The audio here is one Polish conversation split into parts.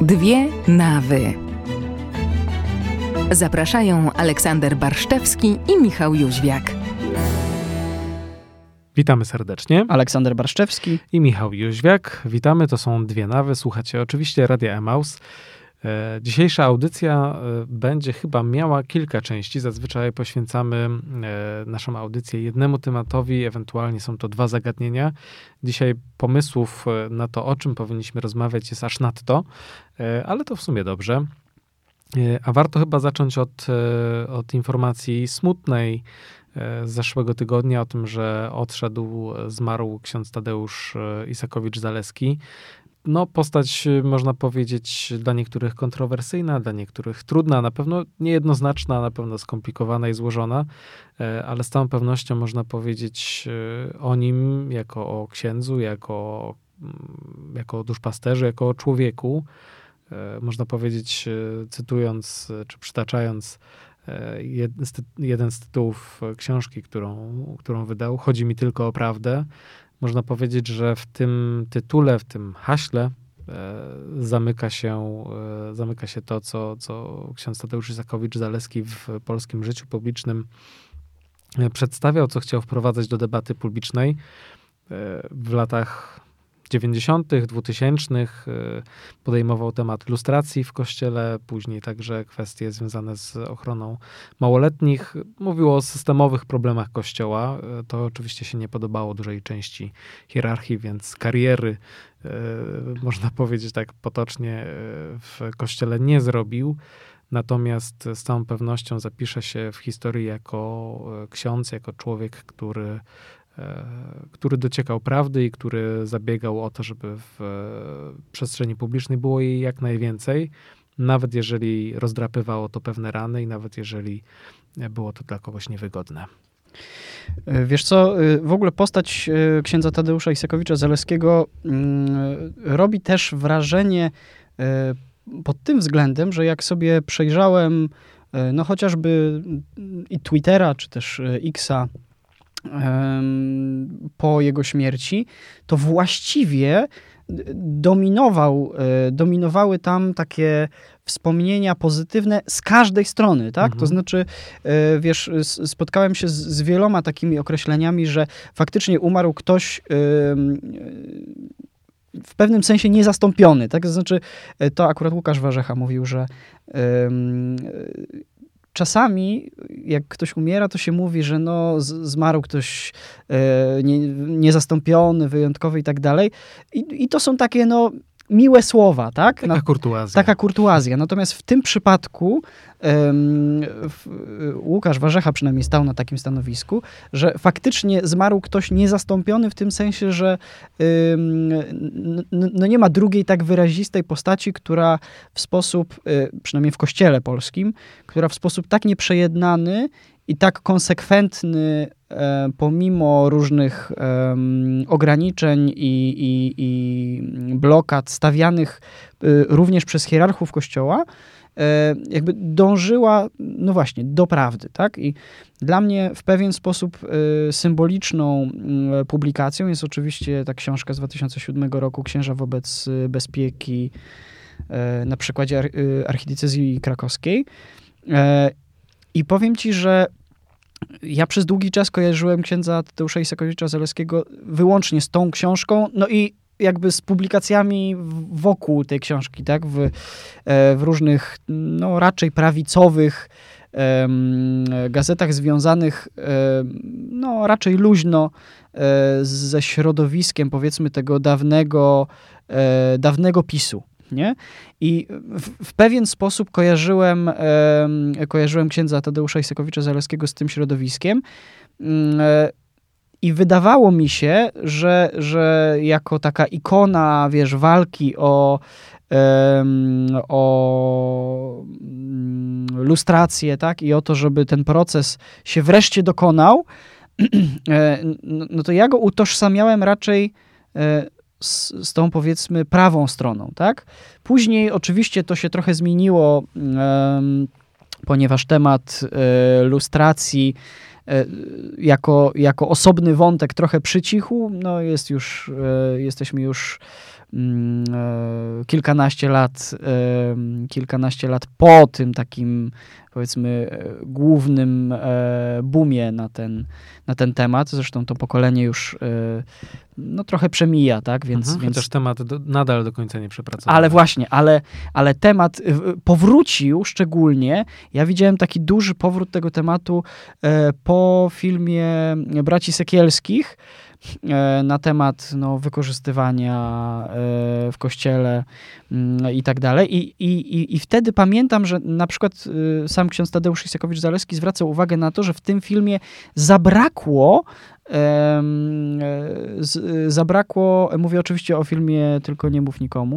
Dwie nawy. Zapraszają Aleksander Barszczewski i Michał Jóźwiak. Witamy serdecznie. Aleksander Barszczewski i Michał Jóźwiak. Witamy, to są Dwie nawy. Słuchacie oczywiście Radia Emaus. Dzisiejsza audycja będzie chyba miała kilka części. Zazwyczaj poświęcamy naszą audycję jednemu tematowi, ewentualnie są to dwa zagadnienia. Dzisiaj pomysłów na to, o czym powinniśmy rozmawiać, jest aż nadto, ale to w sumie dobrze. A warto chyba zacząć od informacji smutnej z zeszłego tygodnia o tym, że zmarł ksiądz Tadeusz Isakowicz-Zaleski. No, postać, można powiedzieć, dla niektórych kontrowersyjna, dla niektórych trudna, na pewno niejednoznaczna, na pewno skomplikowana i złożona, ale z całą pewnością można powiedzieć o nim jako o księdzu, jako o duszpasterzu, jako o człowieku. Można powiedzieć, cytując czy przytaczając jeden z tytułów książki, którą wydał, Chodzi mi tylko o prawdę. Można powiedzieć, że w tym tytule, w tym haśle zamyka się to, co ksiądz Tadeusz Isakowicz-Zaleski w polskim życiu publicznym przedstawiał, co chciał wprowadzać do debaty publicznej w latach 90., 2000 podejmował temat lustracji w Kościele, później także kwestie związane z ochroną małoletnich. Mówił o systemowych problemach Kościoła. To oczywiście się nie podobało dużej części hierarchii, więc kariery, można powiedzieć tak potocznie, w Kościele nie zrobił. Natomiast z całą pewnością zapisze się w historii jako ksiądz, jako człowiek, który dociekał prawdy i który zabiegał o to, żeby w przestrzeni publicznej było jej jak najwięcej, nawet jeżeli rozdrapywało to pewne rany i nawet jeżeli było to dla kogoś niewygodne. Wiesz co, w ogóle postać księdza Tadeusza Isakowicza-Zaleskiego robi też wrażenie pod tym względem, że jak sobie przejrzałem no chociażby i Twittera, czy też Xa po jego śmierci, to właściwie dominowały tam takie wspomnienia pozytywne z każdej strony, tak? Mhm. To znaczy, wiesz, spotkałem się z wieloma takimi określeniami, że faktycznie umarł ktoś w pewnym sensie niezastąpiony, tak? To znaczy, to akurat Łukasz Warzecha mówił, że czasami, jak ktoś umiera, to się mówi, że no, zmarł ktoś niezastąpiony, wyjątkowy i tak dalej. I to są takie, no, miłe słowa, tak? Taka kurtuazja. Natomiast w tym przypadku Łukasz Warzecha przynajmniej stał na takim stanowisku, że faktycznie zmarł ktoś niezastąpiony w tym sensie, że no nie ma drugiej tak wyrazistej postaci, która w sposób, przynajmniej w Kościele polskim, która w sposób tak nieprzejednany i tak konsekwentny, pomimo różnych ograniczeń i blokad stawianych również przez hierarchów Kościoła, jakby dążyła, no właśnie, do prawdy, tak? I dla mnie w pewien sposób symboliczną publikacją jest oczywiście ta książka z 2007 roku, Księża wobec bezpieki, na przykładzie archidiecezji krakowskiej. I powiem ci, że ja przez długi czas kojarzyłem księdza Tadeusza Isakowicza-Zaleskiego wyłącznie z tą książką, no i jakby z publikacjami wokół tej książki, tak? W różnych, no raczej prawicowych gazetach związanych, no raczej luźno ze środowiskiem, powiedzmy, tego dawnego PiS-u. Nie? I w pewien sposób kojarzyłem księdza Tadeusza Isakowicza-Zaleskiego z tym środowiskiem i wydawało mi się, że jako taka ikona, wiesz, walki o lustrację, tak? I o to, żeby ten proces się wreszcie dokonał, no to ja go utożsamiałem raczej z tą, powiedzmy, prawą stroną, tak? Później oczywiście to się trochę zmieniło, ponieważ temat lustracji jako osobny wątek trochę przycichł, no jesteśmy już kilkanaście lat po tym takim, powiedzmy, głównym boomie na ten temat. Zresztą to pokolenie już no, trochę przemija, tak? Więc chociaż temat nadal do końca nie przepracowany. Ale właśnie, ale temat powrócił szczególnie. Ja widziałem taki duży powrót tego tematu po filmie Braci Sekielskich, na temat wykorzystywania w kościele i tak dalej. I wtedy pamiętam, że na przykład sam ksiądz Tadeusz Isakowicz-Zaleski zwracał uwagę na to, że w tym filmie zabrakło, mówię oczywiście o filmie Tylko nie mów nikomu,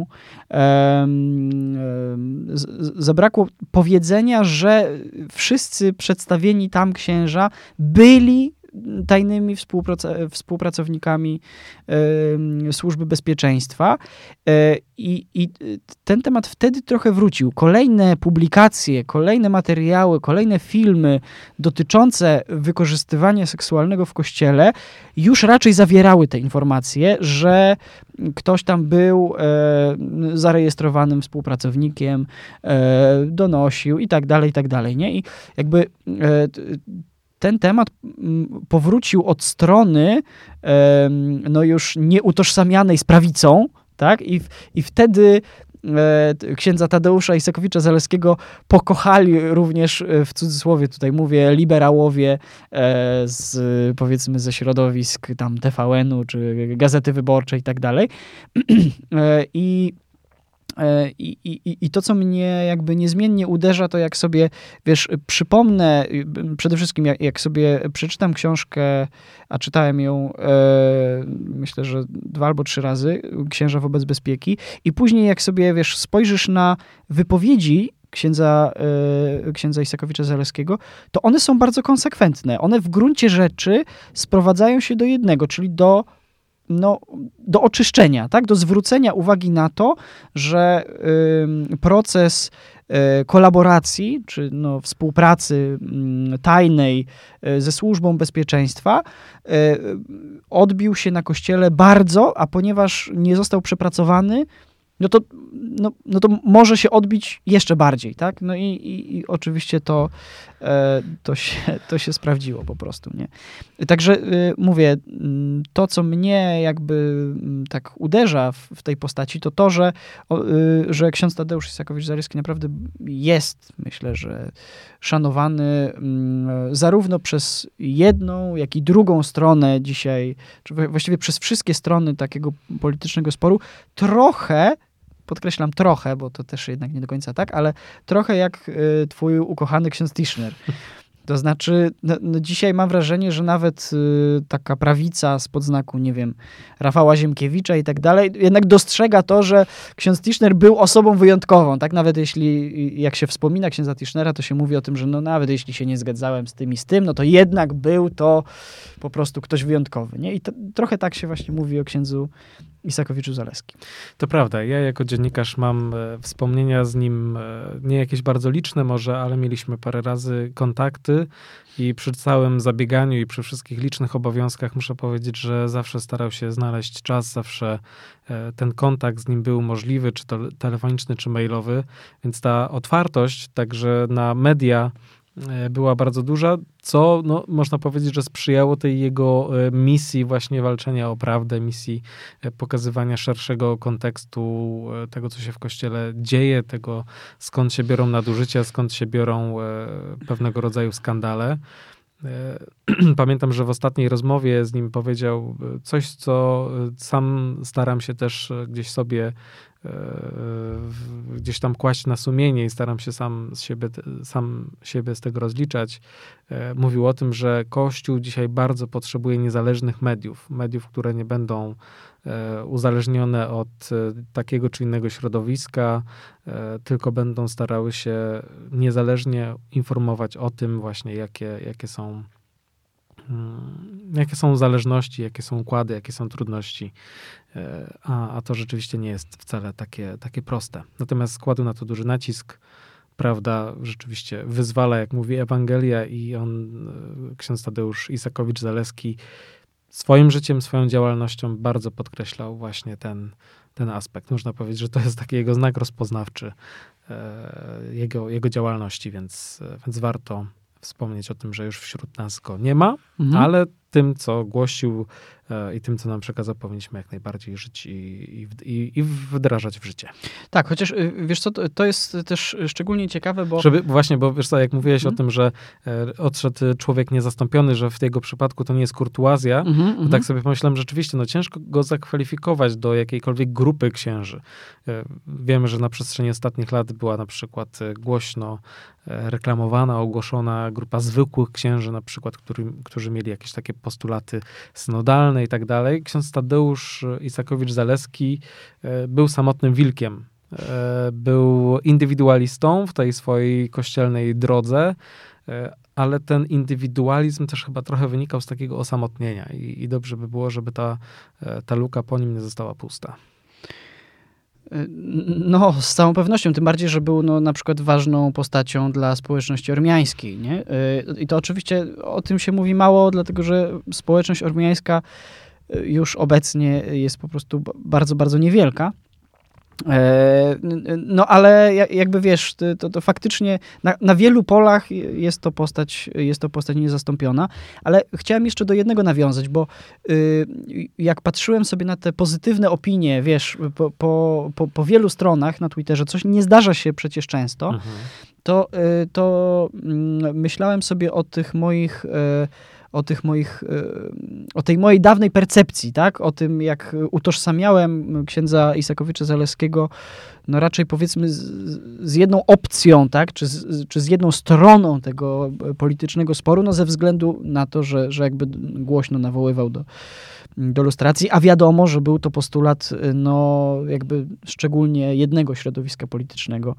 zabrakło powiedzenia, że wszyscy przedstawieni tam księża byli tajnymi współpracownikami Służby Bezpieczeństwa i ten temat wtedy trochę wrócił. Kolejne publikacje, kolejne materiały, kolejne filmy dotyczące wykorzystywania seksualnego w Kościele już raczej zawierały te informacje, że ktoś tam był zarejestrowanym współpracownikiem, donosił i tak dalej, nie? I jakby ten temat powrócił od strony no już nieutożsamianej z prawicą, tak? I wtedy księdza Tadeusza Isakowicza-Zaleskiego pokochali również, w cudzysłowie tutaj mówię, liberałowie powiedzmy ze środowisk tam TVN-u czy Gazety Wyborczej i tak dalej. I to, co mnie jakby niezmiennie uderza, to jak sobie, wiesz, przypomnę, przede wszystkim jak sobie przeczytam książkę, a czytałem ją myślę, że 2 albo 3 razy, Księża wobec bezpieki, i później jak sobie, wiesz, spojrzysz na wypowiedzi księdza Isakowicza-Zaleskiego, to one są bardzo konsekwentne. One w gruncie rzeczy sprowadzają się do jednego, czyli do oczyszczenia, tak? Do zwrócenia uwagi na to, że proces kolaboracji, czy współpracy tajnej ze Służbą Bezpieczeństwa odbił się na Kościele bardzo, a ponieważ nie został przepracowany, no to może się odbić jeszcze bardziej, tak? No i oczywiście to się sprawdziło po prostu, nie? Także mówię, to, co mnie jakby tak uderza w tej postaci, to to, że ksiądz Tadeusz Isakowicz-Zaleski naprawdę jest, myślę, że szanowany zarówno przez jedną, jak i drugą stronę dzisiaj, czy właściwie przez wszystkie strony takiego politycznego sporu, trochę, podkreślam trochę, bo to też jednak nie do końca tak, ale trochę jak twój ukochany ksiądz Tischner. To znaczy, dzisiaj mam wrażenie, że nawet taka prawica spod znaku, nie wiem, Rafała Ziemkiewicza i tak dalej, jednak dostrzega to, że ksiądz Tischner był osobą wyjątkową. Tak, nawet jeśli, jak się wspomina księdza Tischnera, to się mówi o tym, że nawet jeśli się nie zgadzałem z tym i z tym, no to jednak był to po prostu ktoś wyjątkowy, nie? I trochę tak się właśnie mówi o księdzu Isakowiczu-Zaleskim. To prawda. Ja jako dziennikarz mam wspomnienia z nim, nie jakieś bardzo liczne może, ale mieliśmy parę razy kontakty i przy całym zabieganiu i przy wszystkich licznych obowiązkach muszę powiedzieć, że zawsze starał się znaleźć czas, zawsze ten kontakt z nim był możliwy, czy to telefoniczny, czy mailowy, więc ta otwartość także na media była bardzo duża, co można powiedzieć, że sprzyjało tej jego misji właśnie walczenia o prawdę, misji pokazywania szerszego kontekstu tego, co się w Kościele dzieje, tego, skąd się biorą nadużycia, skąd się biorą pewnego rodzaju skandale. Pamiętam, że w ostatniej rozmowie z nim powiedział coś, co sam staram się też gdzieś sobie gdzieś tam kłaść na sumienie i staram się sam siebie z tego rozliczać. Mówił o tym, że Kościół dzisiaj bardzo potrzebuje niezależnych mediów, które nie będą uzależnione od takiego czy innego środowiska, tylko będą starały się niezależnie informować o tym właśnie, jakie są zależności, jakie są układy, jakie są trudności, a to rzeczywiście nie jest wcale takie proste. Natomiast składał na to duży nacisk, prawda rzeczywiście wyzwala, jak mówi Ewangelia i ksiądz Tadeusz Isakowicz-Zaleski swoim życiem, swoją działalnością bardzo podkreślał właśnie ten aspekt. Można powiedzieć, że to jest taki jego znak rozpoznawczy jego działalności, więc warto wspomnieć o tym, że już wśród nas go nie ma, ale tym, co głosił i tym, co nam przekazał, powinniśmy jak najbardziej żyć i wdrażać w życie. Tak, chociaż wiesz co, to jest też szczególnie ciekawe, bo... Bo wiesz co, jak mówiłeś o tym, że odszedł człowiek niezastąpiony, że w jego przypadku to nie jest kurtuazja, to tak sobie pomyślałem, że rzeczywiście ciężko go zakwalifikować do jakiejkolwiek grupy księży. Wiemy, że na przestrzeni ostatnich lat była na przykład głośno reklamowana, ogłoszona grupa zwykłych księży, na przykład, którzy mieli jakieś takie postulaty synodalne i tak dalej. Ksiądz Tadeusz Isakowicz-Zaleski był samotnym wilkiem. Był indywidualistą w tej swojej kościelnej drodze, ale ten indywidualizm też chyba trochę wynikał z takiego osamotnienia i dobrze by było, żeby ta luka po nim nie została pusta. No, z całą pewnością, tym bardziej, że był na przykład ważną postacią dla społeczności ormiańskiej, nie? I to oczywiście o tym się mówi mało, dlatego że społeczność ormiańska już obecnie jest po prostu bardzo, bardzo niewielka. No ale jakby wiesz, to faktycznie na wielu polach jest to postać niezastąpiona, ale chciałem jeszcze do jednego nawiązać, bo jak patrzyłem sobie na te pozytywne opinie, wiesz, po wielu stronach na Twitterze, coś nie zdarza się przecież często, to myślałem sobie o tej mojej dawnej percepcji, tak? O tym, jak utożsamiałem księdza Isakowicza-Zaleskiego, no raczej powiedzmy z jedną opcją, tak? Czy z jedną stroną tego politycznego sporu, no ze względu na to, że jakby głośno nawoływał do lustracji, a wiadomo, że był to postulat, no jakby szczególnie jednego środowiska politycznego.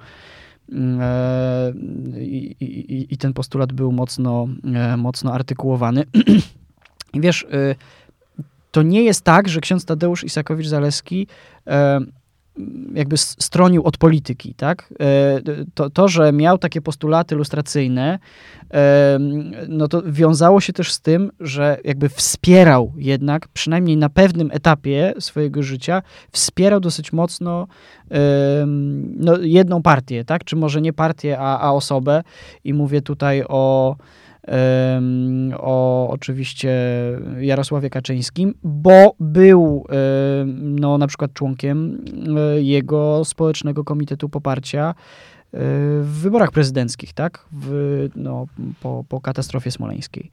I ten postulat był mocno artykułowany. I wiesz, to nie jest tak, że ksiądz Tadeusz Isakowicz-Zaleski jakby stronił od polityki, tak? To, że miał takie postulaty lustracyjne, no to wiązało się też z tym, że jakby wspierał jednak, przynajmniej na pewnym etapie swojego życia, wspierał dosyć mocno no, jedną partię, tak? Czy może nie partię, a osobę. I mówię tutaj o oczywiście Jarosławie Kaczyńskim, bo był no, na przykład członkiem jego społecznego komitetu poparcia w wyborach prezydenckich, tak? Po katastrofie smoleńskiej.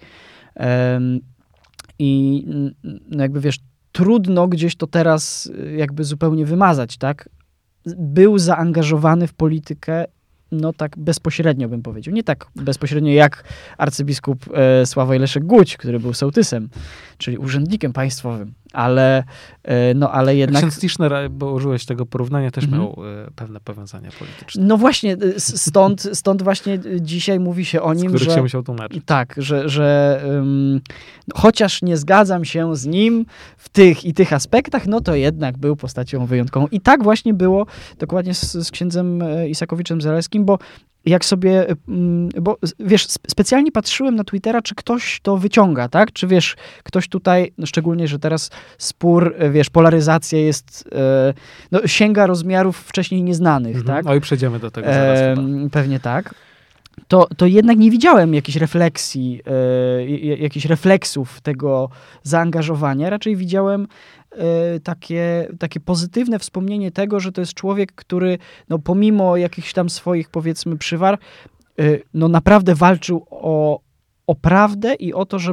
I jakby wiesz, trudno gdzieś to teraz jakby zupełnie wymazać, tak? Był zaangażowany w politykę, no tak bezpośrednio bym powiedział. Nie tak bezpośrednio jak arcybiskup Sławoj Leszek Guć, który był sołtysem, czyli urzędnikiem państwowym, ale jednak... Ksiądz Tischner, bo użyłeś tego porównania, też miał pewne powiązania polityczne. No właśnie, stąd właśnie dzisiaj mówi się o nim, z których się musiał tłumaczyć. Tak, że chociaż nie zgadzam się z nim w tych i tych aspektach, no to jednak był postacią wyjątkową. I tak właśnie było dokładnie z księdzem Isakowiczem-Zaleskim, bo jak sobie, bo wiesz, specjalnie patrzyłem na Twittera, czy ktoś to wyciąga, tak? Czy wiesz, ktoś tutaj, no szczególnie, że teraz spór, wiesz, polaryzacja jest, no sięga rozmiarów wcześniej nieznanych, tak? No i przejdziemy do tego zaraz chyba. Pewnie tak. To jednak nie widziałem jakiejś refleksji, jakichś refleksów tego zaangażowania. Raczej widziałem takie pozytywne wspomnienie tego, że to jest człowiek, który no, pomimo jakichś tam swoich, powiedzmy, przywar, no naprawdę walczył o prawdę i o to,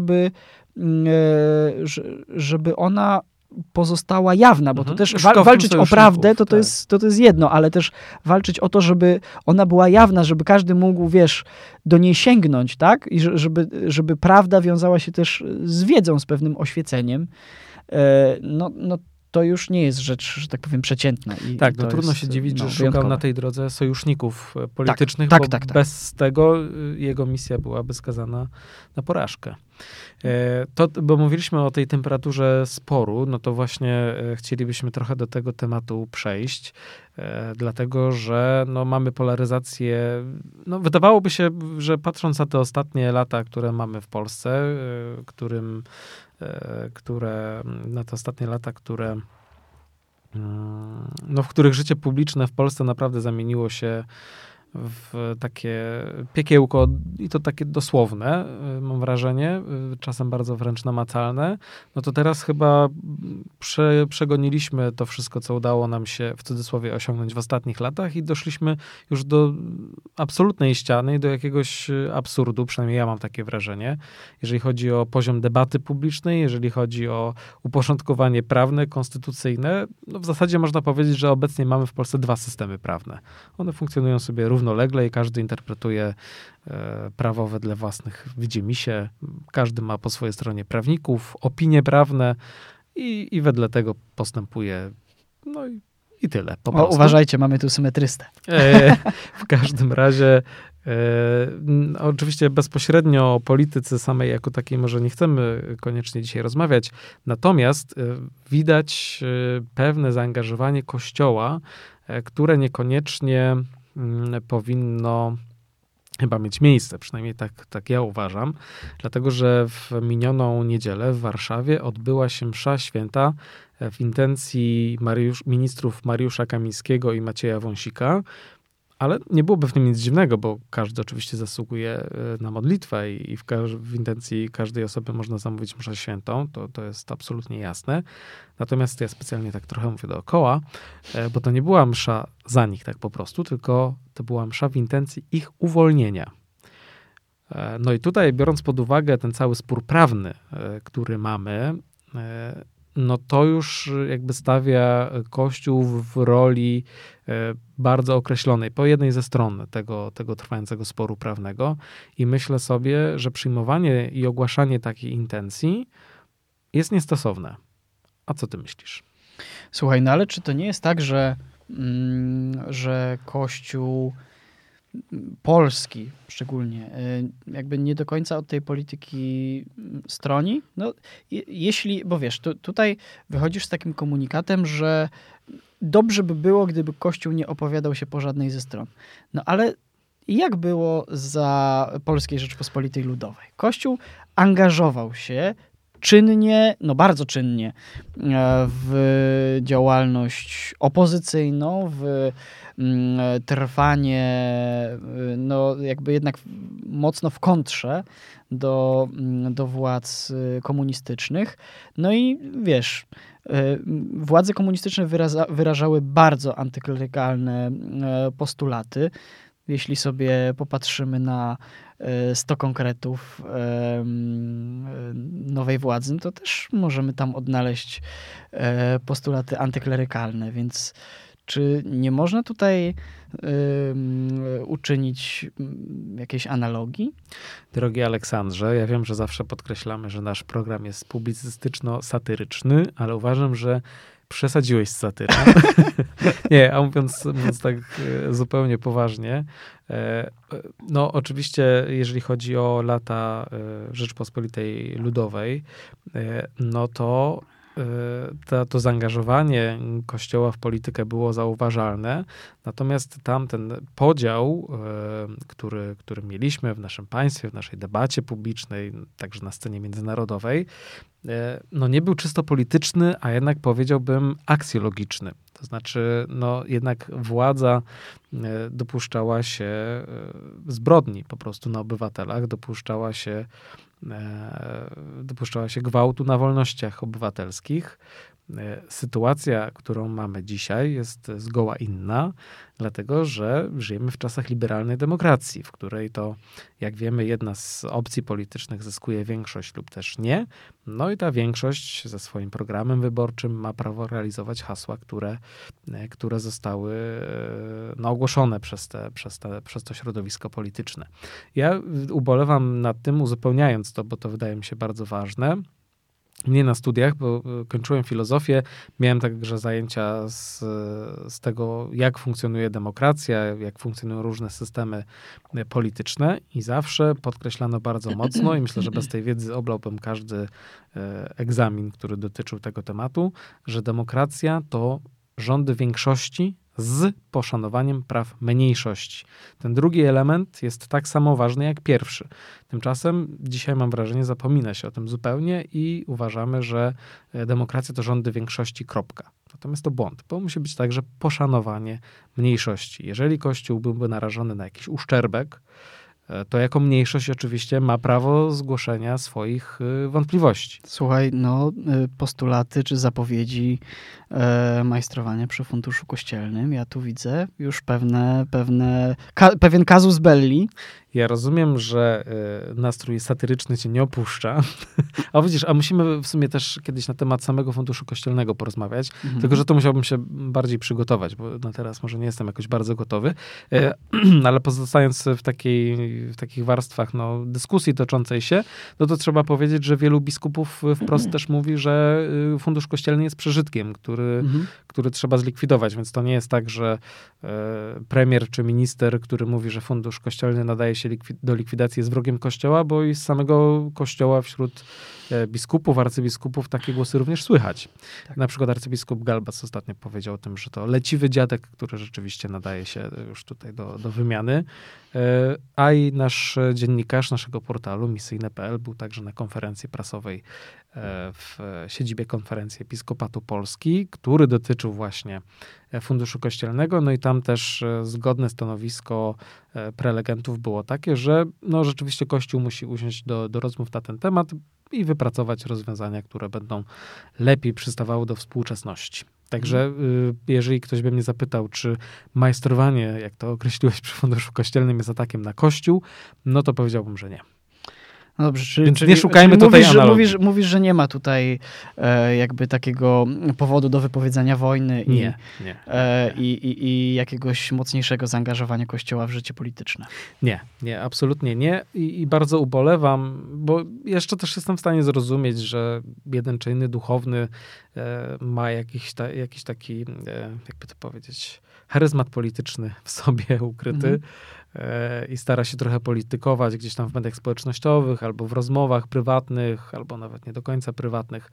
żeby ona pozostała jawna, bo to też walczyć o prawdę, to jest jedno, ale też walczyć o to, żeby ona była jawna, żeby każdy mógł, wiesz, do niej sięgnąć, tak? I żeby prawda wiązała się też z wiedzą, z pewnym oświeceniem. No to już nie jest rzecz, że tak powiem, przeciętna. Tak, no trudno się dziwić, że szukał na tej drodze sojuszników politycznych, bo bez tego jego misja byłaby skazana na porażkę. Bo mówiliśmy o tej temperaturze sporu, no to właśnie chcielibyśmy trochę do tego tematu przejść, dlatego że no, mamy polaryzację, no, wydawałoby się, że patrząc na te ostatnie lata, które mamy w Polsce, w których życie publiczne w Polsce naprawdę zamieniło się w takie piekiełko, i to takie dosłowne, mam wrażenie, czasem bardzo wręcz namacalne, no to teraz chyba przegoniliśmy to wszystko, co udało nam się w cudzysłowie osiągnąć w ostatnich latach i doszliśmy już do absolutnej ściany i do jakiegoś absurdu, przynajmniej ja mam takie wrażenie, jeżeli chodzi o poziom debaty publicznej, jeżeli chodzi o uporządkowanie prawne, konstytucyjne, no w zasadzie można powiedzieć, że obecnie mamy w Polsce 2 systemy prawne. One funkcjonują sobie równolegle i każdy interpretuje prawo wedle własnych widzimisię. Każdy ma po swojej stronie prawników, opinie prawne i wedle tego postępuje. No i tyle. Po prostu. Uważajcie, mamy tu symetrystę. W każdym razie oczywiście bezpośrednio o polityce samej jako takiej może nie chcemy koniecznie dzisiaj rozmawiać, natomiast widać pewne zaangażowanie Kościoła, które niekoniecznie powinno chyba mieć miejsce, przynajmniej tak ja uważam, dlatego że w minioną niedzielę w Warszawie odbyła się msza święta w intencji ministrów Mariusza Kamińskiego i Macieja Wąsika, ale nie byłoby w tym nic dziwnego, bo każdy oczywiście zasługuje na modlitwę i w intencji każdej osoby można zamówić mszę świętą, to jest absolutnie jasne. Natomiast ja specjalnie tak trochę mówię dookoła, bo to nie była msza za nich tak po prostu, tylko to była msza w intencji ich uwolnienia. No i tutaj, biorąc pod uwagę ten cały spór prawny, który mamy, no to już jakby stawia Kościół w roli bardzo określonej, po jednej ze stron tego trwającego sporu prawnego i myślę sobie, że przyjmowanie i ogłaszanie takiej intencji jest niestosowne. A co ty myślisz? Słuchaj, no ale czy to nie jest tak, że Kościół polski szczególnie, jakby nie do końca od tej polityki stroni? No, jeśli, bo wiesz, tutaj wychodzisz z takim komunikatem, że dobrze by było, gdyby Kościół nie opowiadał się po żadnej ze stron. No ale jak było za Polskiej Rzeczpospolitej Ludowej? Kościół angażował się czynnie, no bardzo czynnie w działalność opozycyjną, w trwanie, no jakby jednak mocno w kontrze do władz komunistycznych. No i wiesz, władze komunistyczne wyrażały bardzo antyklerykalne postulaty. Jeśli sobie popatrzymy na 100 konkretów nowej władzy, to też możemy tam odnaleźć postulaty antyklerykalne, więc czy nie można tutaj uczynić jakiejś analogii? Drogi Aleksandrze, ja wiem, że zawsze podkreślamy, że nasz program jest publicystyczno-satyryczny, ale uważam, że przesadziłeś z satyrą. Nie, a mówiąc tak zupełnie poważnie, no oczywiście, jeżeli chodzi o lata Rzeczpospolitej Ludowej, no to to zaangażowanie Kościoła w politykę było zauważalne, natomiast tamten podział, który mieliśmy w naszym państwie, w naszej debacie publicznej, także na scenie międzynarodowej, no nie był czysto polityczny, a jednak powiedziałbym aksjologiczny. To znaczy, no jednak władza dopuszczała się zbrodni po prostu na obywatelach, dopuszczała się gwałtu na wolnościach obywatelskich. Sytuacja, którą mamy dzisiaj, jest zgoła inna, dlatego że żyjemy w czasach liberalnej demokracji, w której to, jak wiemy, jedna z opcji politycznych zyskuje większość lub też nie. No i ta większość ze swoim programem wyborczym ma prawo realizować hasła, które zostały ogłoszone przez to środowisko polityczne. Ja ubolewam nad tym, uzupełniając to, bo to wydaje mi się bardzo ważne, mnie na studiach, bo kończyłem filozofię, miałem także zajęcia z tego, jak funkcjonuje demokracja, jak funkcjonują różne systemy polityczne i zawsze podkreślano bardzo mocno i myślę, że bez tej wiedzy oblałbym każdy egzamin, który dotyczył tego tematu, że demokracja to rządy większości z poszanowaniem praw mniejszości. Ten drugi element jest tak samo ważny jak pierwszy. Tymczasem dzisiaj mam wrażenie, zapomina się o tym zupełnie i uważamy, że demokracja to rządy większości, kropka. Natomiast to błąd, bo musi być także poszanowanie mniejszości. Jeżeli Kościół byłby narażony na jakiś uszczerbek, to jako mniejszość oczywiście ma prawo zgłoszenia swoich wątpliwości. Słuchaj, postulaty czy zapowiedzi majstrowania przy Funduszu Kościelnym, ja tu widzę już pewien casus belli. Ja rozumiem, że nastrój satyryczny cię nie opuszcza. A widzisz, a musimy w sumie też kiedyś na temat samego Funduszu Kościelnego porozmawiać, tylko że to musiałbym się bardziej przygotować, bo na teraz może nie jestem jakoś bardzo gotowy, ale pozostając w takich warstwach dyskusji toczącej się, to trzeba powiedzieć, że wielu biskupów wprost też mówi, że Fundusz Kościelny jest przeżytkiem, który trzeba zlikwidować, więc to nie jest tak, że premier czy minister, który mówi, że Fundusz Kościelny nadaje się do likwidacji, jest wrogiem Kościoła, bo i z samego Kościoła wśród biskupów, arcybiskupów takie głosy również słychać. Tak. Na przykład arcybiskup Galbac ostatnio powiedział o tym, że to leciwy dziadek, który rzeczywiście nadaje się już tutaj do wymiany. A i nasz dziennikarz naszego portalu misyjne.pl był także na konferencji prasowej w siedzibie Konferencji Episkopatu Polski, który dotyczył właśnie Funduszu Kościelnego. No i tam też zgodne stanowisko prelegentów było takie, że rzeczywiście Kościół musi usiąść do rozmów na ten temat i wypracować rozwiązania, które będą lepiej przystawały do współczesności. Także jeżeli ktoś by mnie zapytał, czy majstrowanie, jak to określiłeś przy Funduszu Kościelnym, jest atakiem na Kościół, no to powiedziałbym, że nie. No dobrze, Więc nie szukajmy tutaj analogii. Mówisz, że nie ma tutaj jakby takiego powodu do wypowiedzenia wojny i jakiegoś mocniejszego zaangażowania Kościoła w życie polityczne. Nie, absolutnie nie. I bardzo ubolewam, bo jeszcze też jestem w stanie zrozumieć, że jeden czy inny duchowny ma jakiś taki, jakby to powiedzieć, charyzmat polityczny w sobie ukryty. I stara się trochę politykować gdzieś tam w mediach społecznościowych, albo w rozmowach prywatnych, albo nawet nie do końca prywatnych.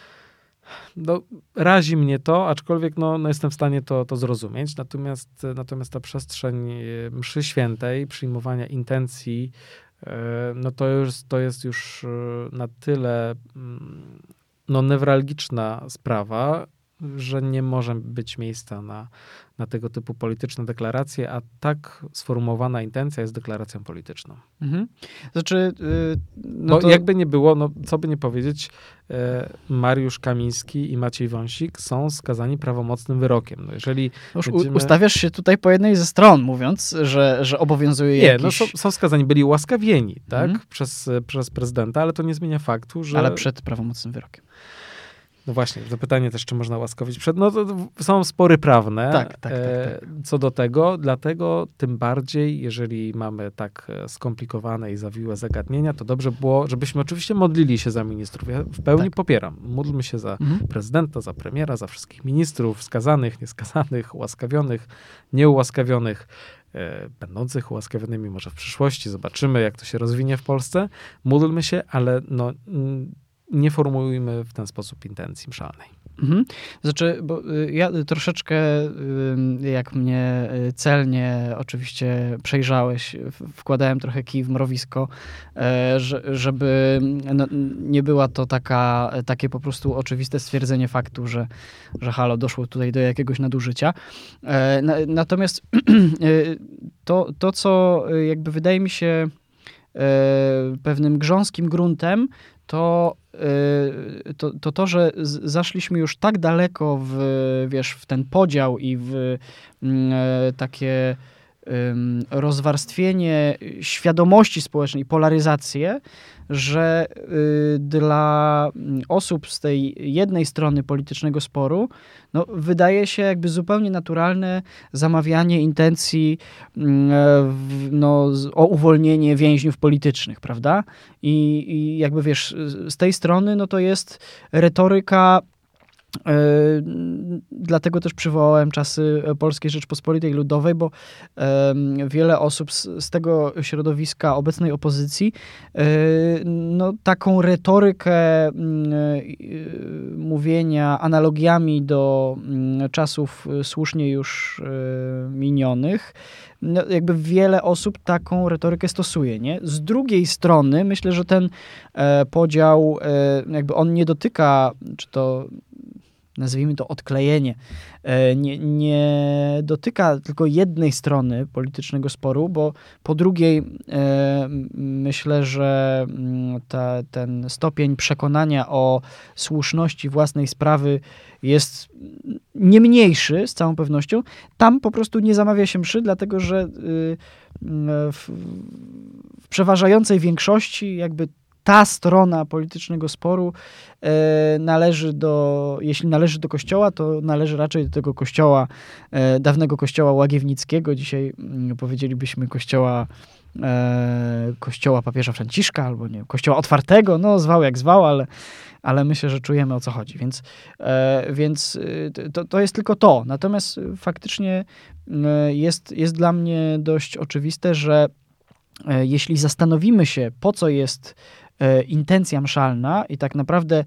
Razi mnie to, aczkolwiek jestem w stanie to zrozumieć. Natomiast ta przestrzeń mszy świętej, przyjmowania intencji, to jest już na tyle newralgiczna sprawa, że nie może być miejsca na tego typu polityczne deklaracje, a tak sformułowana intencja jest deklaracją polityczną. Znaczy, jakby nie było, co by nie powiedzieć, Mariusz Kamiński i Maciej Wąsik są skazani prawomocnym wyrokiem. Jeżeli ustawiasz się tutaj po jednej ze stron, mówiąc, że obowiązuje jakiś... są skazani, byli ułaskawieni, tak, przez prezydenta, ale to nie zmienia faktu, że... Ale przed prawomocnym wyrokiem. No właśnie, zapytanie też, czy można łaskowić przed... to są spory prawne tak. Co do tego, dlatego tym bardziej, jeżeli mamy tak skomplikowane i zawiłe zagadnienia, to dobrze było, żebyśmy oczywiście modlili się za ministrów. Ja w pełni popieram. Módlmy się za prezydenta, za premiera, za wszystkich ministrów, skazanych, nieskazanych, ułaskawionych, nieułaskawionych, będących ułaskawionymi może w przyszłości. Zobaczymy, jak to się rozwinie w Polsce. Módlmy się, ale nie formułujmy w ten sposób intencji mszalnej. Znaczy, bo ja troszeczkę, jak mnie celnie oczywiście przejrzałeś, wkładałem trochę kij w mrowisko, żeby nie była to takie po prostu oczywiste stwierdzenie faktu, że halo, doszło tutaj do jakiegoś nadużycia. Natomiast to, co jakby wydaje mi się pewnym grząskim gruntem, to, że zaszliśmy już tak daleko w ten podział i w takie rozwarstwienie świadomości społecznej, polaryzację, że dla osób z tej jednej strony politycznego sporu no, wydaje się jakby zupełnie naturalne zamawianie intencji o uwolnienie więźniów politycznych, prawda? I jakby wiesz, z tej strony no to jest retoryka. Dlatego też przywołałem czasy Polskiej Rzeczpospolitej Ludowej, bo wiele osób z tego środowiska obecnej opozycji no, taką retorykę mówienia analogiami do czasów słusznie już minionych, no, jakby wiele osób taką retorykę stosuje, nie? Z drugiej strony myślę, że ten podział jakby on nie dotyka, czy to nazwijmy to odklejenie, nie dotyka tylko jednej strony politycznego sporu, bo po drugiej myślę, że ten stopień przekonania o słuszności własnej sprawy jest nie mniejszy z całą pewnością. Tam po prostu nie zamawia się mszy, dlatego że w przeważającej większości jakby ta strona politycznego sporu jeśli należy do Kościoła, to należy raczej do tego Kościoła, dawnego Kościoła Łagiewnickiego, dzisiaj powiedzielibyśmy Kościoła papieża Franciszka, albo nie, Kościoła Otwartego, no zwał jak zwał, ale myślę, że czujemy o co chodzi, więc to jest tylko to. Natomiast faktycznie jest dla mnie dość oczywiste, że jeśli zastanowimy się, po co jest intencja mszalna i tak naprawdę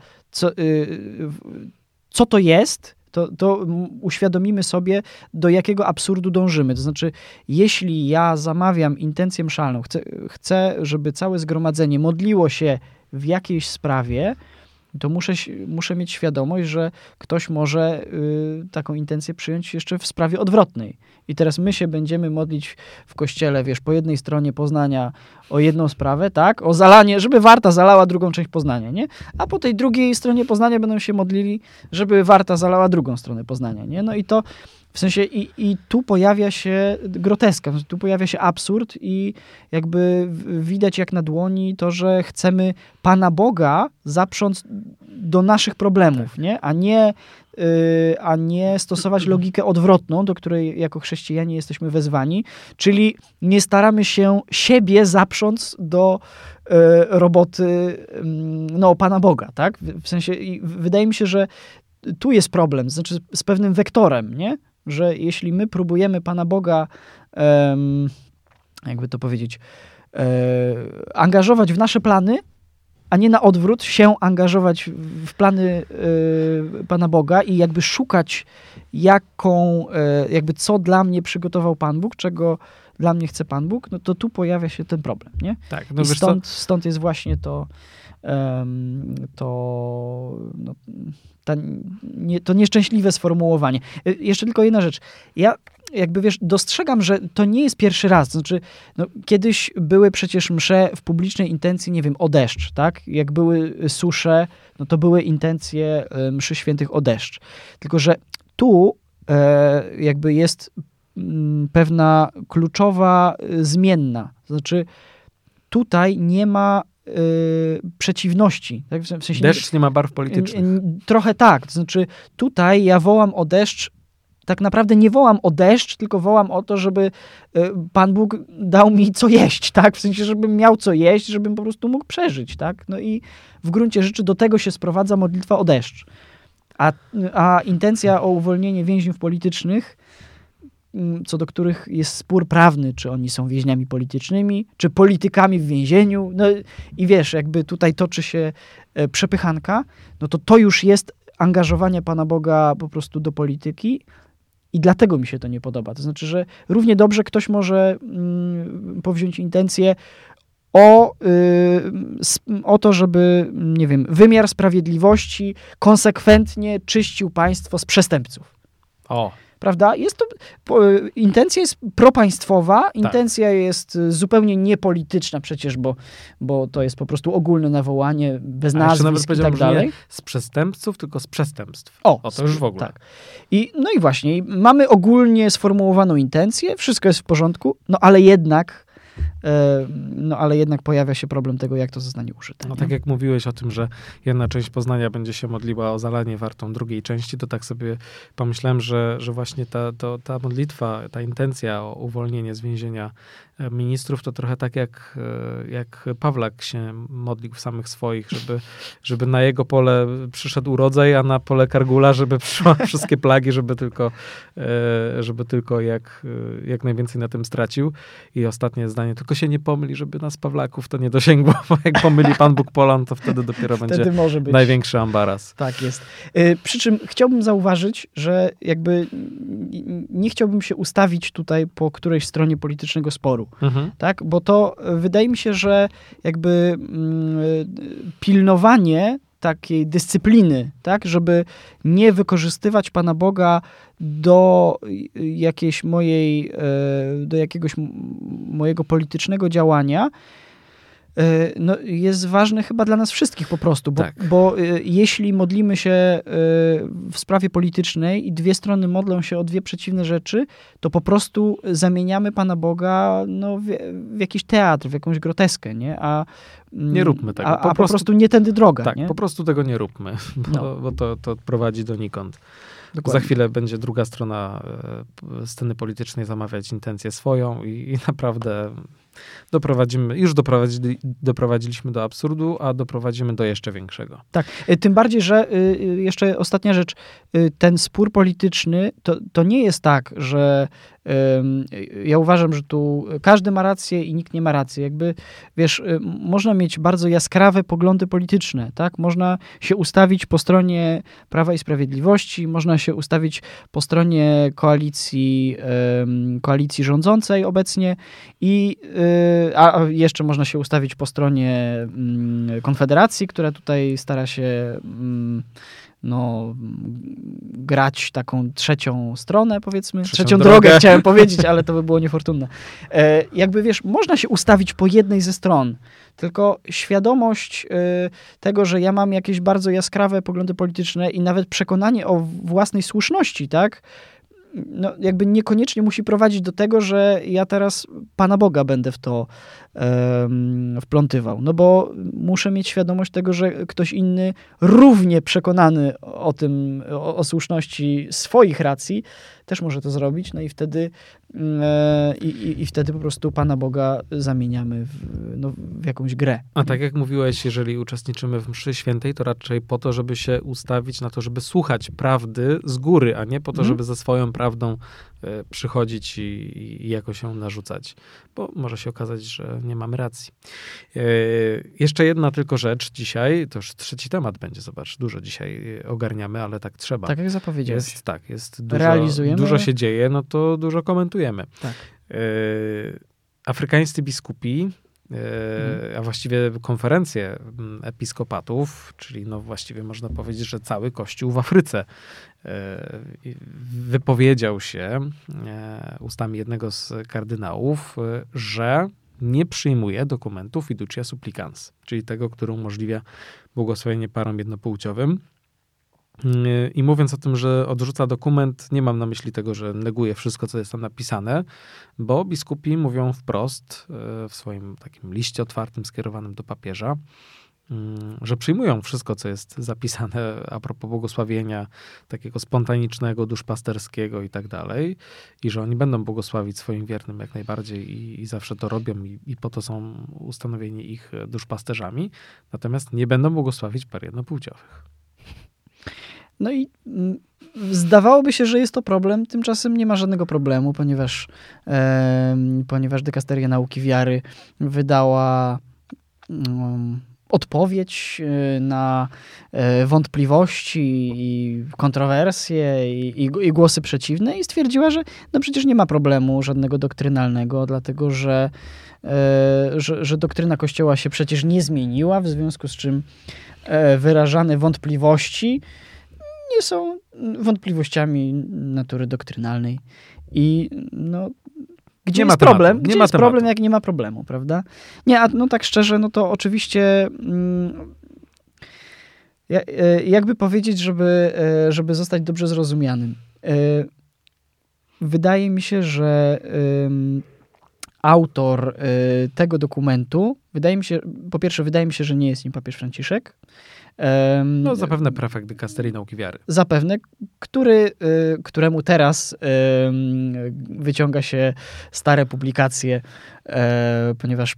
co to jest, to uświadomimy sobie, do jakiego absurdu dążymy. To znaczy, jeśli ja zamawiam intencję mszalną, chcę, żeby całe zgromadzenie modliło się w jakiejś sprawie, to muszę mieć świadomość, że ktoś może taką intencję przyjąć jeszcze w sprawie odwrotnej. I teraz my się będziemy modlić w kościele, wiesz, po jednej stronie Poznania o jedną sprawę, tak? O zalanie, żeby Warta zalała drugą część Poznania, nie? A po tej drugiej stronie Poznania będą się modlili, żeby Warta zalała drugą stronę Poznania, nie? No i to w sensie i tu pojawia się groteska, tu pojawia się absurd i jakby widać jak na dłoni to, że chcemy Pana Boga zaprząc do naszych problemów, nie? A nie stosować logikę odwrotną, do której jako chrześcijanie jesteśmy wezwani, czyli nie staramy się siebie zaprząc do roboty Pana Boga, tak? W sensie wydaje mi się, że tu jest problem, znaczy z pewnym wektorem, nie? Że jeśli my próbujemy Pana Boga, jakby to powiedzieć, angażować w nasze plany, a nie na odwrót się angażować w plany Pana Boga i jakby szukać jakby co dla mnie przygotował Pan Bóg, czego dla mnie chce Pan Bóg, no to tu pojawia się ten problem, nie? Tak, no i stąd jest właśnie to nieszczęśliwe sformułowanie. Jeszcze tylko jedna rzecz. Ja jakby wiesz, dostrzegam, że to nie jest pierwszy raz. To znaczy, no, kiedyś były przecież msze w publicznej intencji, nie wiem, o deszcz, tak? Jak były susze, no to były intencje mszy świętych o deszcz. Tylko że tu jakby jest pewna kluczowa zmienna. To znaczy, tutaj nie ma przeciwności. Tak? W sensie deszcz nie ma barw politycznych. Trochę tak. To znaczy, tutaj ja wołam o deszcz, tak naprawdę nie wołam o deszcz, tylko wołam o to, żeby Pan Bóg dał mi co jeść, tak? W sensie, żebym miał co jeść, żebym po prostu mógł przeżyć, tak? No i w gruncie rzeczy do tego się sprowadza modlitwa o deszcz. A intencja o uwolnienie więźniów politycznych, co do których jest spór prawny, czy oni są więźniami politycznymi, czy politykami w więzieniu, no i wiesz, jakby tutaj toczy się przepychanka, no to już jest angażowanie Pana Boga po prostu do polityki i dlatego mi się to nie podoba. To znaczy, że równie dobrze ktoś może powziąć intencję o to, żeby, nie wiem, wymiar sprawiedliwości konsekwentnie czyścił państwo z przestępców. O. prawda? Jest to, intencja jest propaństwowa, intencja jest zupełnie niepolityczna przecież, bo to jest po prostu ogólne nawołanie, bez nazwisk i tak dalej. Nie z przestępców, tylko z przestępstw. To już w ogóle. Tak. No i właśnie, mamy ogólnie sformułowaną intencję, wszystko jest w porządku, ale jednak pojawia się problem tego, jak to zostanie użyte. Tak jak mówiłeś o tym, że jedna część Poznania będzie się modliła o zalanie wartą drugiej części, to tak sobie pomyślałem, że właśnie ta modlitwa, ta intencja o uwolnienie z więzienia ministrów, to trochę tak jak Pawlak się modlił w samych swoich, żeby na jego pole przyszedł urodzaj, a na pole Kargula, żeby przyszły wszystkie plagi, żeby tylko jak najwięcej na tym stracił. I ostatnie zdanie, tylko się nie pomyli, żeby nas Pawlaków to nie dosięgło, bo jak pomyli Pan Bóg Polan, to wtedy dopiero będzie może być największy ambaras. Tak jest. Przy czym chciałbym zauważyć, że jakby nie chciałbym się ustawić tutaj po którejś stronie politycznego sporu. Tak? Bo to wydaje mi się, że jakby pilnowanie takiej dyscypliny, tak? Żeby nie wykorzystywać Pana Boga do jakiegoś mojego politycznego działania, jest ważne chyba dla nas wszystkich po prostu, bo jeśli modlimy się w sprawie politycznej i dwie strony modlą się o dwie przeciwne rzeczy, to po prostu zamieniamy Pana Boga w jakiś teatr, w jakąś groteskę, nie? Nie róbmy tego. Po prostu nie tędy droga. Tak, nie? Po prostu tego nie róbmy, bo to prowadzi donikąd. Dokładnie. Za chwilę będzie druga strona sceny politycznej zamawiać intencję swoją i naprawdę doprowadziliśmy do absurdu, a doprowadzimy do jeszcze większego. Tak, tym bardziej, że jeszcze ostatnia rzecz, ten spór polityczny to nie jest tak, że ja uważam, że tu każdy ma rację i nikt nie ma racji. Jakby, wiesz, można mieć bardzo jaskrawe poglądy polityczne, tak? Można się ustawić po stronie Prawa i Sprawiedliwości, można się ustawić po stronie koalicji rządzącej obecnie a jeszcze można się ustawić po stronie Konfederacji, która tutaj stara się grać taką trzecią stronę, powiedzmy. Trzecią drogę chciałem powiedzieć, ale to by było niefortunne. Jakby, wiesz, można się ustawić po jednej ze stron, tylko świadomość tego, że ja mam jakieś bardzo jaskrawe poglądy polityczne i nawet przekonanie o własnej słuszności, tak? Jakby niekoniecznie musi prowadzić do tego, że ja teraz Pana Boga będę w to wplątywał. Bo muszę mieć świadomość tego, że ktoś inny równie przekonany o tym, o słuszności swoich racji, też może to zrobić. I wtedy po prostu Pana Boga zamieniamy w jakąś grę. A tak jak mówiłeś, jeżeli uczestniczymy w mszy świętej, to raczej po to, żeby się ustawić na to, żeby słuchać prawdy z góry, a nie po to, żeby ze swoją prawdą przychodzić i jakoś ją narzucać. Bo może się okazać, że nie mamy racji. Jeszcze jedna tylko rzecz dzisiaj, to już trzeci temat będzie, zobacz, dużo dzisiaj ogarniamy, ale tak trzeba. Tak jak zapowiedziałeś. Jest Realizujemy. Dużo się dzieje, to dużo komentujemy. Tak. Afrykańscy biskupi, a właściwie konferencje episkopatów, czyli właściwie można powiedzieć, że cały Kościół w Afryce wypowiedział się ustami jednego z kardynałów, że nie przyjmuje dokumentu fiducia supplicans, czyli tego, który umożliwia błogosławienie parom jednopłciowym. I mówiąc o tym, że odrzuca dokument, nie mam na myśli tego, że neguje wszystko, co jest tam napisane, bo biskupi mówią wprost w swoim takim liście otwartym skierowanym do papieża, że przyjmują wszystko, co jest zapisane a propos błogosławienia takiego spontanicznego, duszpasterskiego i tak dalej, i że oni będą błogosławić swoim wiernym jak najbardziej i zawsze to robią i po to są ustanowieni ich duszpasterzami, natomiast nie będą błogosławić par jednopłciowych. I zdawałoby się, że jest to problem, tymczasem nie ma żadnego problemu, ponieważ Dykasteria Nauki Wiary wydała odpowiedź na wątpliwości i kontrowersje i głosy przeciwne i stwierdziła, że przecież nie ma problemu żadnego doktrynalnego, dlatego że doktryna Kościoła się przecież nie zmieniła, w związku z czym wyrażane wątpliwości nie są wątpliwościami natury doktrynalnej. I no, gdzie Nie ma jest tematu, problem? nie Gdzie ma jest tematu. problem, jak nie ma problemu, prawda? Nie, a no tak szczerze, no to oczywiście jakby powiedzieć, żeby zostać dobrze zrozumianym. Wydaje mi się, że autor tego dokumentu, po pierwsze, wydaje mi się, że nie jest nim papież Franciszek. No zapewne prefekt dykasterii nauki wiary. Zapewne, któremu teraz wyciąga się stare publikacje, ponieważ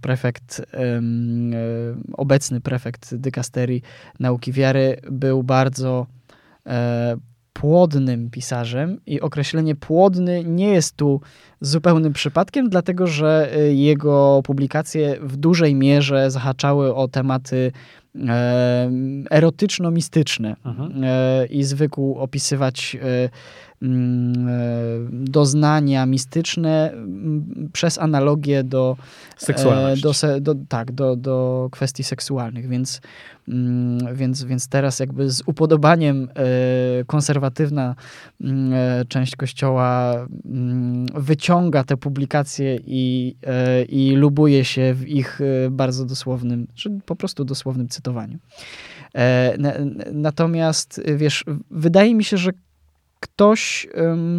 obecny prefekt dykasterii nauki wiary był bardzo płodnym pisarzem i określenie płodny nie jest tu zupełnym przypadkiem, dlatego że jego publikacje w dużej mierze zahaczały o tematy erotyczno-mistyczne i zwykł opisywać doznania mistyczne przez analogię do seksualności. Do kwestii seksualnych, więc teraz jakby z upodobaniem konserwatywna część Kościoła wyciąga te publikacje i lubuje się w ich bardzo dosłownym, czy po prostu dosłownym cytowaniu. Natomiast wiesz, wydaje mi się, że ktoś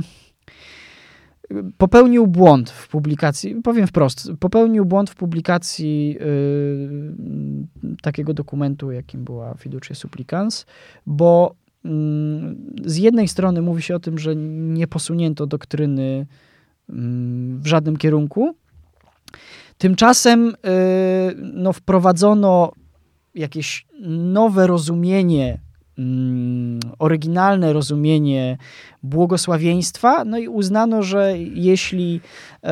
popełnił błąd w publikacji, powiem wprost, popełnił błąd w publikacji takiego dokumentu, jakim była Fiducia Supplicans, bo z jednej strony mówi się o tym, że nie posunięto doktryny w żadnym kierunku. Tymczasem wprowadzono jakieś nowe rozumienie, oryginalne rozumienie błogosławieństwa, no i uznano, że jeśli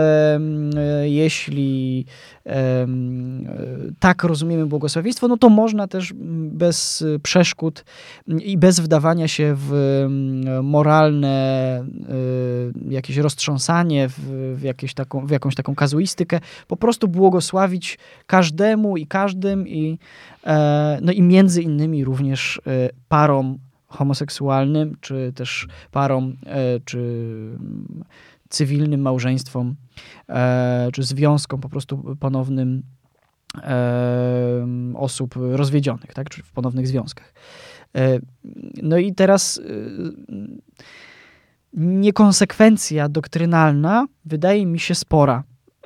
tak rozumiemy błogosławieństwo, no to można też bez przeszkód i bez wdawania się w moralne jakieś roztrząsanie, w jakąś taką kazuistykę, po prostu błogosławić każdemu i każdym no i między innymi również parom homoseksualnym, czy też parom, czy cywilnym małżeństwom, czy związkom po prostu ponownym osób rozwiedzionych, tak, czy w ponownych związkach. No i teraz niekonsekwencja doktrynalna wydaje mi się spora.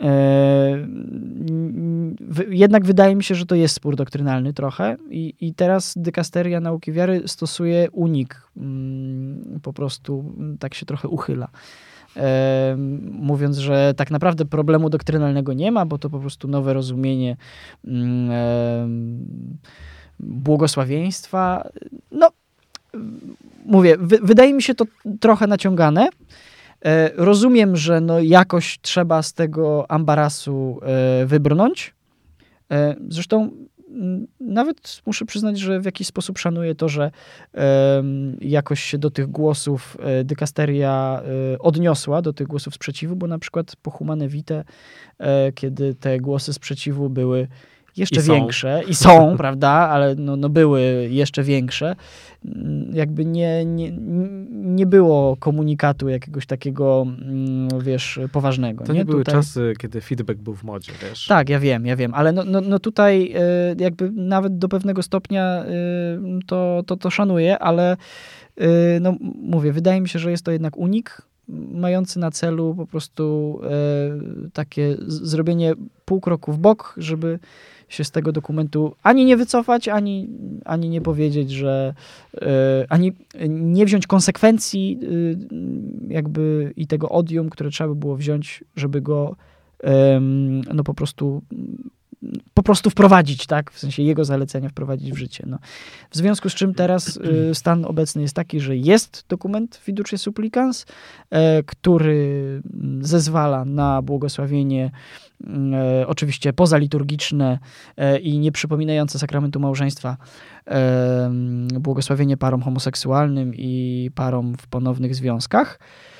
Jednak wydaje mi się, że to jest spór doktrynalny trochę i teraz dykasteria nauki wiary stosuje unik. Po prostu tak się trochę uchyla. Mówiąc, że tak naprawdę problemu doktrynalnego nie ma, bo to po prostu nowe rozumienie błogosławieństwa. No, mówię, wydaje mi się to trochę naciągane. Rozumiem, że no jakoś trzeba z tego ambarasu wybrnąć. Zresztą nawet muszę przyznać, że w jakiś sposób szanuję to, że jakoś się do tych głosów dykasteria odniosła, do tych głosów sprzeciwu, bo na przykład po Humane Vitae, kiedy te głosy sprzeciwu były jeszcze większe i są, prawda, ale no były jeszcze większe. Jakby nie było komunikatu jakiegoś takiego, wiesz, poważnego. To nie były czasy, kiedy feedback był w modzie, wiesz. Tak, ja wiem, ale no tutaj jakby nawet do pewnego stopnia to szanuję, ale no mówię, wydaje mi się, że jest to jednak unik mający na celu po prostu takie zrobienie pół kroku w bok, żeby się z tego dokumentu ani nie wycofać, ani nie powiedzieć, że ani nie wziąć konsekwencji jakby i tego odium, które trzeba by było wziąć, żeby go no po prostu wprowadzić, tak? W sensie jego zalecenia wprowadzić w życie. No. W związku z czym teraz stan obecny jest taki, że jest dokument Fiducia Supplicans, który zezwala na błogosławienie oczywiście pozaliturgiczne i nieprzypominające sakramentu małżeństwa błogosławienie parom homoseksualnym i parom w ponownych związkach.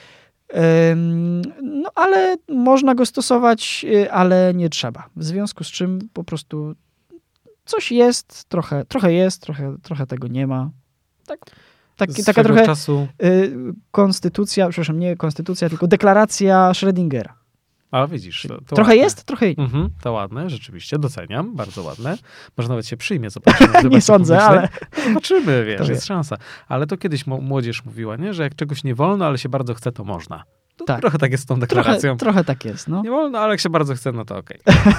No ale można go stosować, ale nie trzeba. W związku z czym po prostu coś jest, trochę jest, trochę tego nie ma. Tak. Taka trochę czasu... konstytucja, przepraszam, nie konstytucja, tylko deklaracja Schrödingera. A widzisz, to trochę ładne. jest, trochę... To ładne, rzeczywiście, doceniam, bardzo ładne. Może nawet się przyjmie, zobaczymy. Nie sądzę, ale... Zobaczymy, wiesz, To jest szansa. Ale to kiedyś młodzież mówiła, nie, że jak czegoś nie wolno, ale się bardzo chce, to można. To Tak. Trochę tak jest z tą deklaracją. Trochę tak jest, no. Nie wolno, ale jak się bardzo chce, no to okej.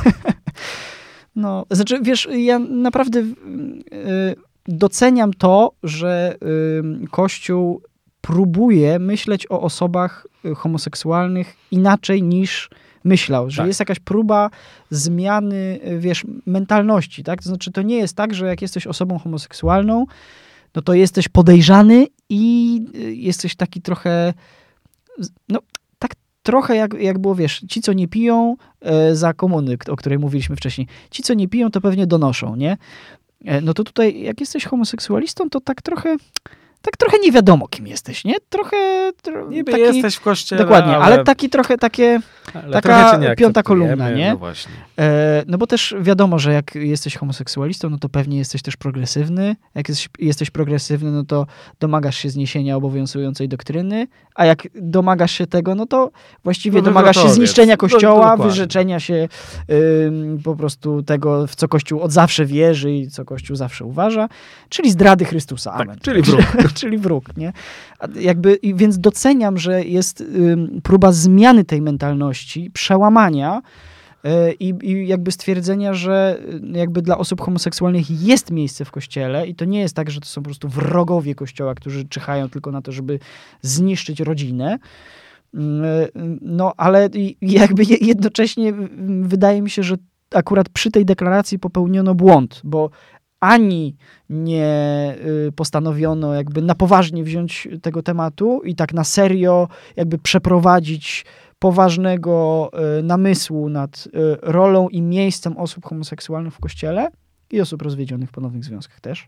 No, znaczy, wiesz, ja naprawdę doceniam to, że Kościół próbuje myśleć o osobach homoseksualnych inaczej niż myślał, że Tak. jest jakaś próba zmiany, wiesz, mentalności, tak? To znaczy, to nie jest tak, że jak jesteś osobą homoseksualną, no to jesteś podejrzany i jesteś taki trochę, no, tak trochę jak było, wiesz, ci, co nie piją za komuny, o której mówiliśmy wcześniej, ci, co nie piją, to pewnie donoszą, nie? No to tutaj, jak jesteś homoseksualistą, to tak trochę nie wiadomo, kim jesteś, nie? Niby taki, jesteś w kościele, dokładnie, ale taki trochę taka piąta kolumna, nie? No właśnie. No bo też wiadomo, że jak jesteś homoseksualistą, no to pewnie jesteś też progresywny. Jak jesteś progresywny, no to domagasz się zniesienia obowiązującej doktryny, a jak domagasz się tego, no to właściwie domagasz się zniszczenia Kościoła, wyrzeczenia się po prostu tego, w co Kościół od zawsze wierzy i co Kościół zawsze uważa, czyli zdrady Chrystusa. Amen. Tak, czyli wróg. Czyli wróg, nie? Więc doceniam, że jest próba zmiany tej mentalności, przełamania i jakby stwierdzenia, że jakby dla osób homoseksualnych jest miejsce w Kościele i to nie jest tak, że to są po prostu wrogowie Kościoła, którzy czyhają tylko na to, żeby zniszczyć rodzinę. No, ale jakby jednocześnie wydaje mi się, że akurat przy tej deklaracji popełniono błąd, bo ani nie postanowiono jakby na poważnie wziąć tego tematu i tak na serio jakby przeprowadzić poważnego namysłu nad rolą i miejscem osób homoseksualnych w Kościele i osób rozwiedzionych w ponownych związkach też.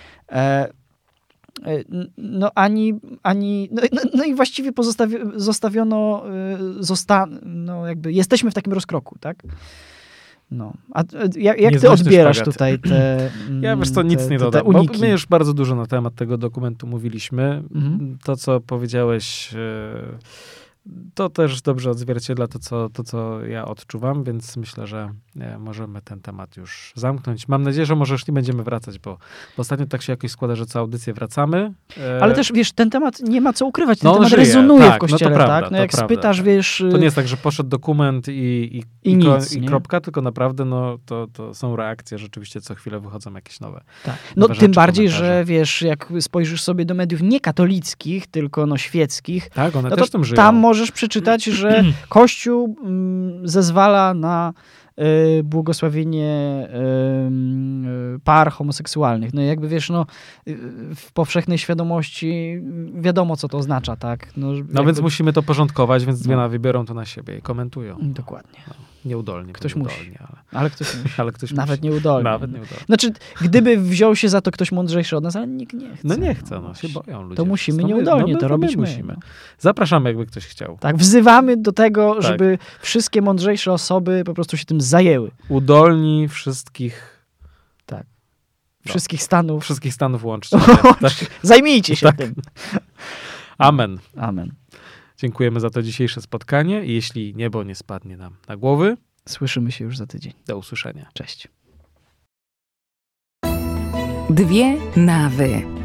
No no i właściwie zostawiono, no jakby jesteśmy w takim rozkroku, tak? No. A jak ty odbierasz tutaj te Ja wiesz co, nic nie dodam, bo my już bardzo dużo na temat tego dokumentu mówiliśmy. To, co powiedziałeś, to też dobrze odzwierciedla to, co ja odczuwam, więc myślę, że możemy ten temat już zamknąć. Mam nadzieję, że może już nie będziemy wracać, bo ostatnio tak się jakoś składa, że co audycję wracamy. Ale też, wiesz, ten temat nie ma co ukrywać. Ten temat rezonuje w Kościele, no to prawda, tak? No jak prawda, spytasz, tak. wiesz... To nie jest tak, że poszedł dokument i kropka, tylko naprawdę no, to są reakcje, rzeczywiście co chwilę wychodzą jakieś nowe. Tak. No tym bardziej, że wiesz, jak spojrzysz sobie do mediów nie katolickich, tylko no świeckich, tak, one no też tym żyją. Tam możesz przeczytać, że Kościół zezwala na błogosławienie par homoseksualnych. No jakby wiesz, no w powszechnej świadomości wiadomo, co to oznacza, tak? No jakby... więc musimy to porządkować, więc dwie wybiorą to na siebie i komentują. Dokładnie. No, nieudolnie. Ktoś musi. Ale ktoś musi. ale ktoś Nawet musi. nieudolnie. Nawet nieudolnie. Znaczy, gdyby wziął się za to ktoś mądrzejszy od nas, ale nikt nie chce. No nie chce, się boją ludzie. To musimy nieudolnie to robić my. Musimy. Zapraszamy, jakby ktoś chciał. Tak, wzywamy do tego, żeby wszystkie mądrzejsze osoby po prostu się tym zajęły. Udolni wszystkich... Tak. Wszystkich stanów. Wszystkich stanów łącznie. Tak. Zajmijcie się tym. Amen. Amen. Dziękujemy za to dzisiejsze spotkanie i jeśli niebo nie spadnie nam na głowy, słyszymy się już za tydzień. Do usłyszenia. Cześć. Dwie nawy.